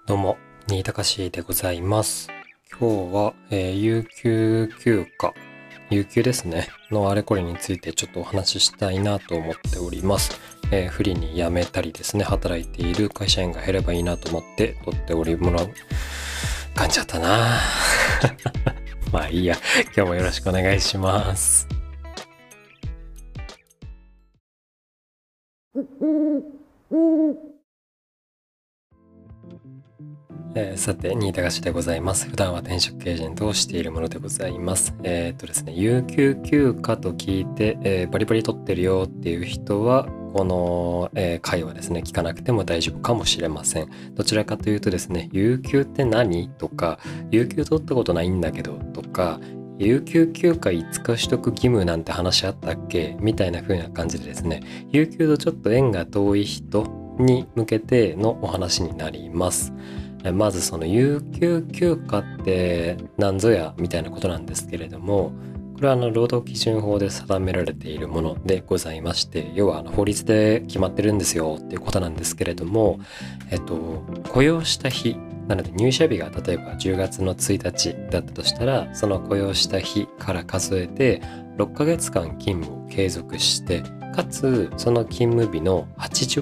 どうも、新高しでございます。今日は、有給休暇、有給ですね、のあれこれについてちょっとお話ししたいなと思っております。不利に辞めたりですね、働いている会社員が減ればいいなと思って撮っておりもらう。噛んじゃったなまあいいや、今日もよろしくお願いします。さて、新高しでございます。普段は転職エージェントをしているものでございます。ですね、有給休暇と聞いて、バリバリ取ってるよっていう人は、この、回はですね、聞かなくても大丈夫かもしれません。どちらかというとですね、有給って何とか、有給取ったことないんだけどとか、有給休暇5日取得義務なんて話あったっけみたいな風な感じでですね、有給とちょっと縁が遠い人に向けてのお話になります。まずその有給休暇って何ぞやみたいなことなんですけれども、これは労働基準法で定められているものでございまして、要は法律で決まってるんですよっていうことなんですけれども、雇用した日なので、入社日が例えば10月の1日だったとしたら、その雇用した日から数えて6ヶ月間勤務を継続して、かつその勤務日の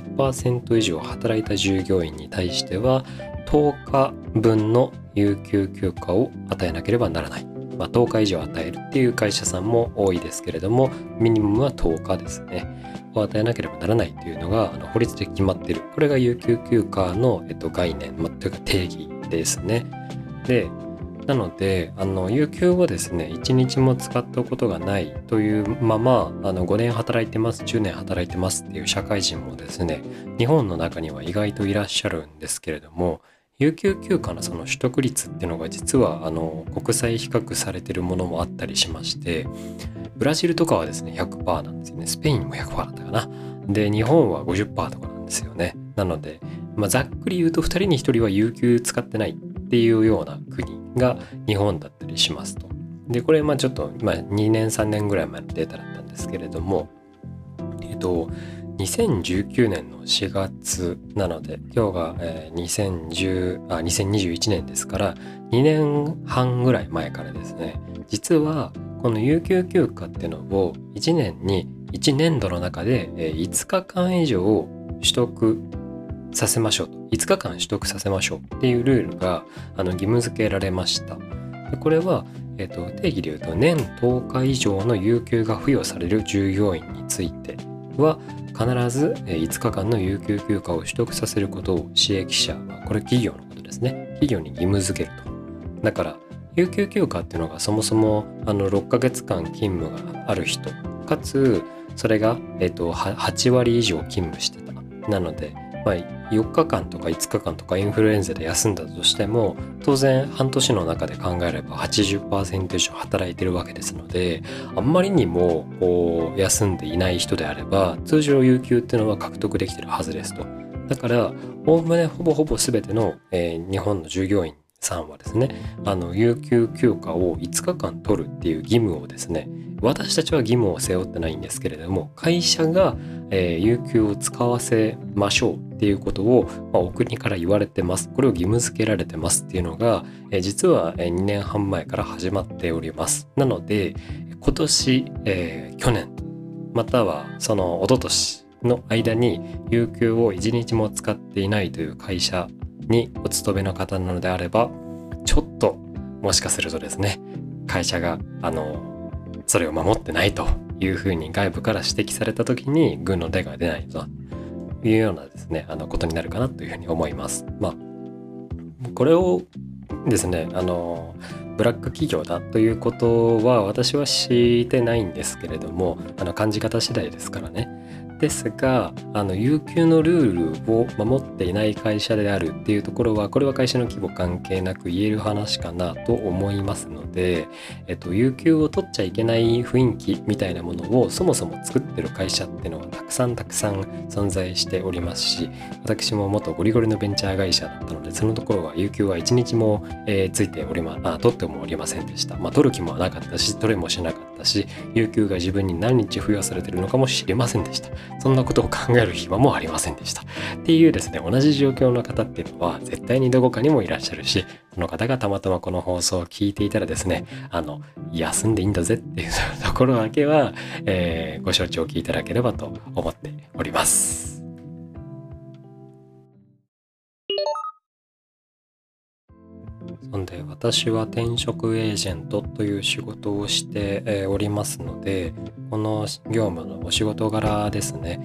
80% 以上働いた従業員に対しては10日分の有給休暇を与えなければならない。10日以上与えるっていう会社さんも多いですけれども、ミニマムは10日ですね。を与えなければならないというのが法律で決まっている。これが有給休暇の、概念、というか定義ですね。で、なので有給をですね1日も使ったことがないというまま5年働いてます10年働いてますっていう社会人もですね、日本の中には意外といらっしゃるんですけれども、有給休暇のその取得率っていうのが実は国際比較されているものもあったりしまして、ブラジルとかはですね 100% なんですよね。スペインも 100% だったかな。で、日本は 50% とかなんですよね。なので、ざっくり言うと2人に1人は有給使ってないっていうような国が日本だったりしますと。で、これちょっと2年3年ぐらい前のデータだったんですけれども、2019年の4月なので、今日が2021年ですから2年半ぐらい前からですね、実はこの有給休暇っていうのを1年に1年度の中で5日間以上取得させましょうと、5日間取得させましょうっていうルールが義務付けられました。でこれは、定義で言うと年10日以上の有給が付与される従業員については必ず5日間の有給休暇を取得させることを刺激者、これ企業のことですね、企業に義務付けると。だから有給休暇っていうのがそもそも6ヶ月間勤務がある人かつそれが、8割以上勤務してた。なので4日間とか5日間とかインフルエンザで休んだとしても、当然半年の中で考えれば 80% 以上働いてるわけですので、あんまりにも休んでいない人であれば通常有給っていうのは獲得できてるはずですと。だからおおむねほぼ全ての、日本の従業員さんはですね、有給休暇を5日間取るっていう義務をですね、私たちは義務を背負ってないんですけれども、会社が、有給を使わせましょうっていうことを、お国から言われてます。これを義務付けられてますっていうのが、実は2年半前から始まっております。なので今年、去年またはその一昨年の間に有給を1日も使っていないという会社にお勤めの方なのであれば、ちょっともしかするとですね、会社がそれを守ってないというふうに外部から指摘された時に軍の手が出ないというようなですねことになるかなというふうに思います。これをですねブラック企業だということは私はしてないんですけれども、感じ方次第ですからね。ですが有給のルールを守っていない会社であるっていうところは、これは会社の規模関係なく言える話かなと思いますので、有給を取っちゃいけない雰囲気みたいなものをそもそも作ってる会社っていうのはたくさん存在しておりますし、私も元ゴリゴリのベンチャー会社だったので、そのところは有給は1日も、ついて取ってもおりませんでした。取る気もなかったし取れもしなかっったし、有給が自分に何日付与されているのかも知りませんでした。そんなことを考える暇もありませんでした。っていうですね、同じ状況の方っていうのは絶対にどこかにもいらっしゃるし、この方がたまたまこの放送を聞いていたらですね、休んでいいんだぜっていうところだけは、ご承知おきいただければと思っております。そんで私は転職エージェントという仕事をして、おりますので、この業務のお仕事柄ですね、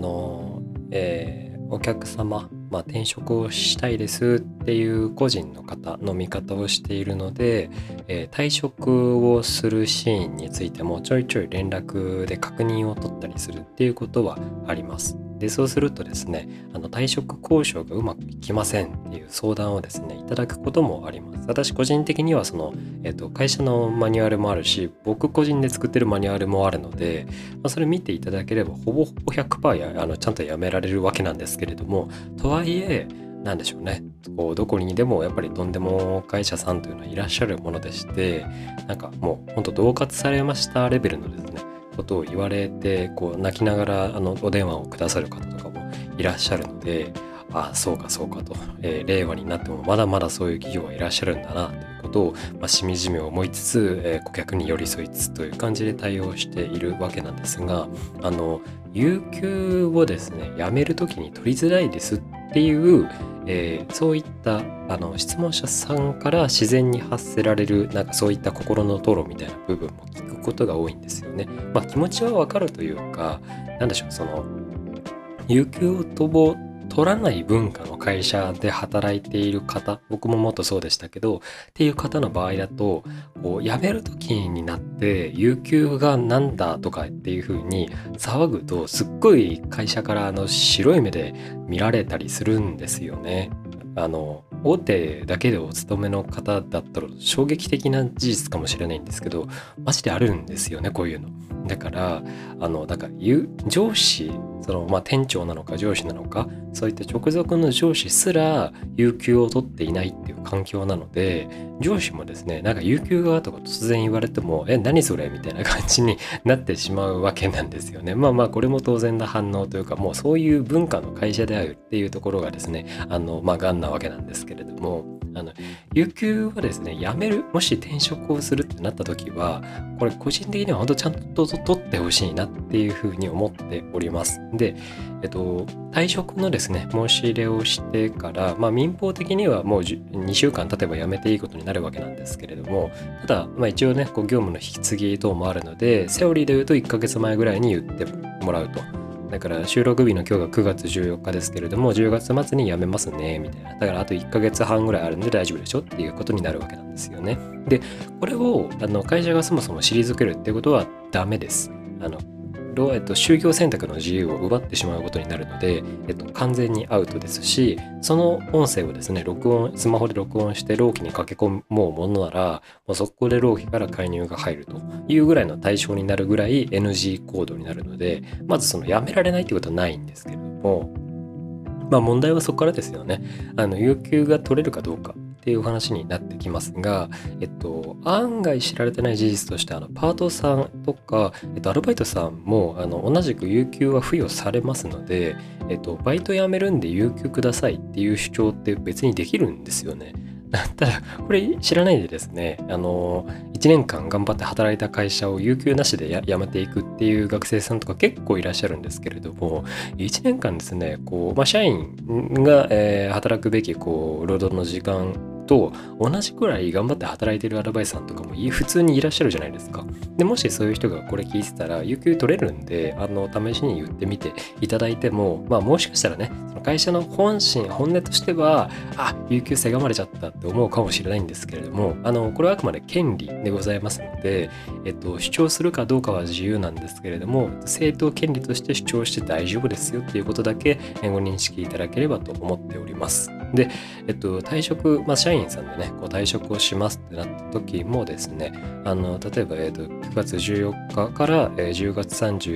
お客様、転職をしたいですっていう個人の方の見方をしているので、退職をするシーンについてもちょいちょい連絡で確認を取ったりするっていうことはあります。で、そうするとですね、退職交渉がうまくいきませんっていう相談をですね、いただくこともあります。私個人的には会社のマニュアルもあるし、僕個人で作ってるマニュアルもあるので、それ見ていただければほぼほぼ 100% ちゃんとやめられるわけなんですけれども、とはいえ、なんでしょうね、どこにでもやっぱりとんでも会社さんというのはいらっしゃるものでして、なんかもう本当恫喝されましたレベルのですね、ことを言われて、泣きながらお電話をくださる方とかもいらっしゃるので、そうかそうかと、令和になってもまだまだそういう企業はいらっしゃるんだなということを、しみじみ思いつつ、顧客に寄り添いつつという感じで対応しているわけなんですが、有給をですね、辞めるときに取りづらいですっていう、そういった質問者さんから自然に発せられるなんかそういった心の吐露みたいな部分も聞くことが多いんですよね。気持ちはわかるというか、なんでしょう、有給を取らない文化の会社で働いている方、僕ももっとそうでしたけど、っていう方の場合だと、辞める時になって有給がなんだとかっていう風に騒ぐと、すっごい会社から白い目で見られたりするんですよね。大手だけでお勤めの方だったら衝撃的な事実かもしれないんですけど、マジであるんですよね、こういうの。だから上司、店長なのか上司なのか、そういった直属の上司すら有給を取っていないっていう環境なので、上司もですね、なんか有給がとか突然言われても、何それみたいな感じになってしまうわけなんですよね。これも当然な反応というか、もうそういう文化の会社であるっていうところがですね、癌なわけなんですけれども、有給はですね、辞める、もし転職をするってなった時は、これ個人的には本当ちゃんと取ってほしいなっていうふうに思っております。で、退職のですね、申し入れをしてから、民法的にはもう2週間経てば辞めていいことになるわけなんですけれども、ただ、一応ね、業務の引き継ぎ等もあるので、セオリーで言うと1ヶ月前ぐらいに言ってもらうと。だから収録日の今日が9月14日ですけれども、10月末に辞めますねみたいな。だからあと1ヶ月半ぐらいあるんで大丈夫でしょっていうことになるわけなんですよね。で、これを会社がそもそも退けるってことはダメです。就業選択の自由を奪ってしまうことになるので、完全にアウトですし、その音声をですね、スマホで録音して朗希に駆け込もうものなら、もうそこで朗希から介入が入るというぐらいの対象になるぐらい NG 行動になるので、まずやめられないってことはないんですけれども、問題はそこからですよね。有給が取れるかどうかっていう話になってきますが、案外知られてない事実として、パートさんとか、アルバイトさんも同じく有給は付与されますので、バイト辞めるんで有給くださいっていう主張って別にできるんですよね。ただこれ知らないでですね、1年間頑張って働いた会社を有給なしで辞めていくっていう学生さんとか結構いらっしゃるんですけれども、1年間ですね、社員が、働くべき労働の時間と同じくらい頑張って働いてるアルバイトさんとかも普通にいらっしゃるじゃないですか。で、もしそういう人がこれ聞いてたら、有給取れるんで、試しに言ってみていただいても、もしかしたらね、その会社の本音としては、有給せがまれちゃったって思うかもしれないんですけれども、これはあくまで権利でございますので、主張するかどうかは自由なんですけれども、正当権利として主張して大丈夫ですよっていうことだけご認識いただければと思っております。で、退職、社員さんでね、退職をしますってなった時もですね、例えば、9月14日から10月31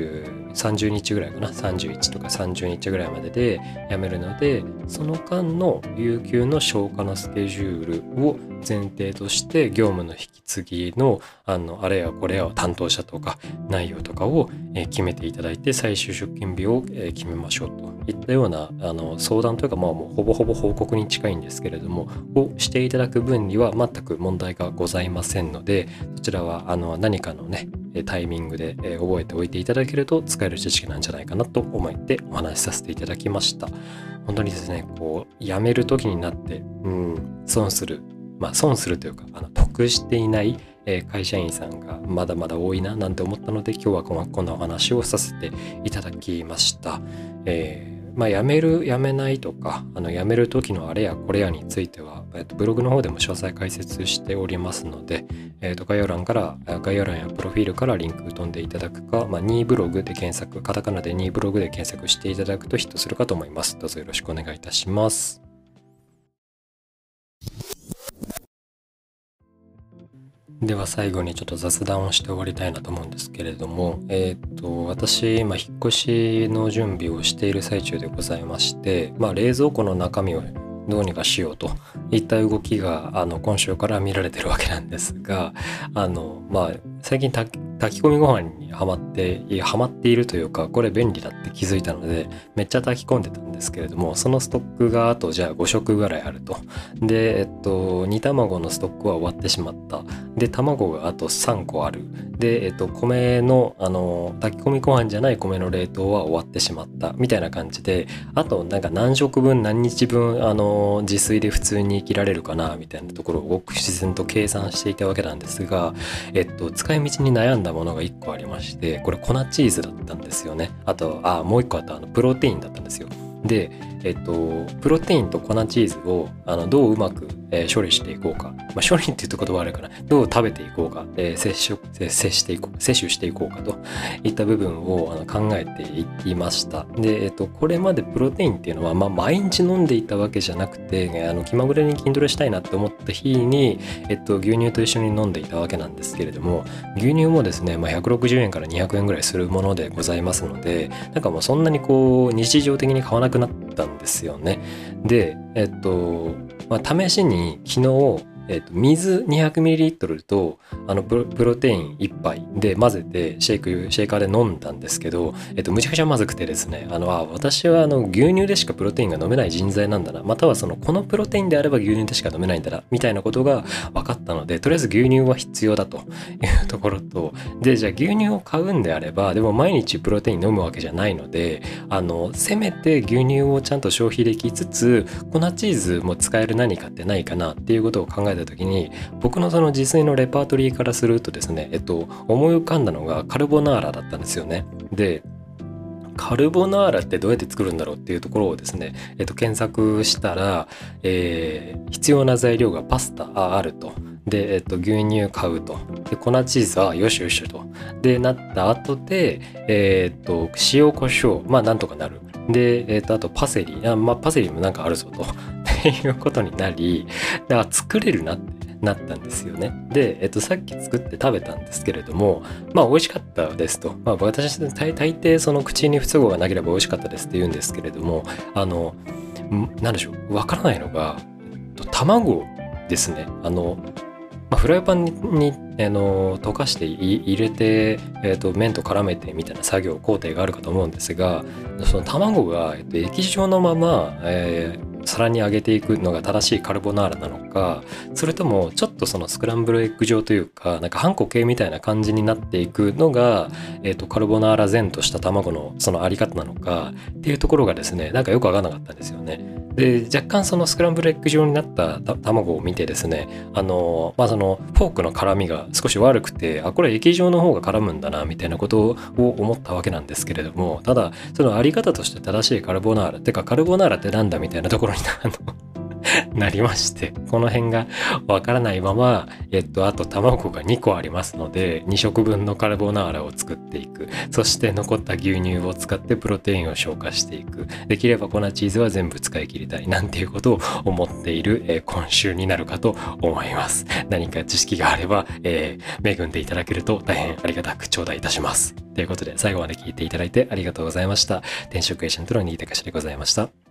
30日ぐらいかな、31とか30日ぐらいまでで辞めるので、その間の有給の消化のスケジュールを前提として業務の引き継ぎのあれやこれや担当者とか内容とかを決めていただいて、最終出勤日を決めましょうといったような相談というか、もうほぼほぼ報告に近いんですけれどもをしていただく分には全く問題がございませんので、そちらは何かのねタイミングで覚えておいていただけると使える知識なんじゃないかなと思ってお話しさせていただきました。本当にですね、辞める時になって損するというか得していない会社員さんがまだまだ多いななんて思ったので、今日はこんなお話をさせていただきました。辞める辞めないとか辞める時のあれやこれやについては、ブログの方でも詳細解説しておりますので、概要欄やプロフィールからリンク飛んでいただくか、ニーブログで検索、カタカナでニーブログで検索していただくとヒットするかと思います。どうぞよろしくお願いいたします。では最後にちょっと雑談をして終わりたいなと思うんですけれども、私今引っ越しの準備をしている最中でございまして、冷蔵庫の中身をどうにかしようといった動きが今週から見られてるわけなんですが、最近炊き込みご飯にハマっているというか、これ便利だって気づいたのでめっちゃ炊き込んでたんですけれども、そのストックがあとじゃあ5食ぐらいあると。で煮卵のストックは終わってしまった。で卵があと3個ある。で米の炊き込みご飯じゃない米の冷凍は終わってしまったみたいな感じで、あとなんか何食分何日分自炊で普通に生きられるかなみたいなところをごく自然と計算していたわけなんですが、使い道に悩んだものが1個ありまして、これ粉チーズだったんですよね。あともう1個あったプロテインだったんですよ。で、プロテインと粉チーズをどううまく、処理していこうか、処理っていうと言葉悪いかな、どう食べていこうか、摂取していこうかといった部分を考えていました。で、これまでプロテインっていうのは、毎日飲んでいたわけじゃなくて、気まぐれに筋トレしたいなって思った日に、牛乳と一緒に飲んでいたわけなんですけれども、牛乳もですね、160円から200円ぐらいするものでございますので、なんかもうそんなに日常的に買わなくなったんですよね。で、試しに昨日水 200ml とプロテイン1杯で混ぜてシェイカーで飲んだんですけど、むちゃくちゃまずくてですね、私は牛乳でしかプロテインが飲めない人材なんだな、またはこのプロテインであれば牛乳でしか飲めないんだなみたいなことが分かったので、とりあえず牛乳は必要だというところと、でじゃあ牛乳を買うんであれば、でも毎日プロテイン飲むわけじゃないので、せめて牛乳をちゃんと消費できつつ粉チーズも使える何かってないかなっていうことを考えた時に、僕のその自炊のレパートリーからするとですね、思い浮かんだのがカルボナーラだったんですよね。でカルボナーラってどうやって作るんだろうっていうところをですね、検索したら、必要な材料がパスタあると。で、牛乳買うと。で、粉チーズはよしよしと。で、なった後で、塩コショウ、なんとかなる。で、あとパセリ、パセリもなんかあるぞと。っていうことになり、だから作れるなってなったんですよね。で、さっき作って食べたんですけれども、美味しかったですと。私大抵その口に不都合がなければ美味しかったですって言うんですけれども、なんでしょう、わからないのが、卵ですね。フライパンに溶かして入れて、麺と絡めてみたいな工程があるかと思うんですが、その卵が、液状のまま、皿に揚げていくのが正しいカルボナーラなのか、それともちょっとそのスクランブルエッグ状というか、なんか半固形みたいな感じになっていくのが、カルボナーラ前とした卵のそのあり方なのかっていうところがですね、なんかよくわからなかったんですよね。で、若干そのスクランブルエッグ状になった卵を見てですね、そのフォークの絡みが少し悪くて、これ液状の方が絡むんだなみたいなことを思ったわけなんですけれども、ただそのあり方として正しいカルボナーラってか、カルボナーラってなんだみたいなところになりまして、この辺がわからないまま、あと卵が2個ありますので、2食分のカルボナーラを作っていく。そして残った牛乳を使ってプロテインを消化していく。できれば粉チーズは全部使い切りたい。なんていうことを思っている、今週になるかと思います。何か知識があれば、恵んでいただけると大変ありがたく頂戴いたします。ということで、最後まで聞いていただいてありがとうございました。転職エージェントの新高志でございました。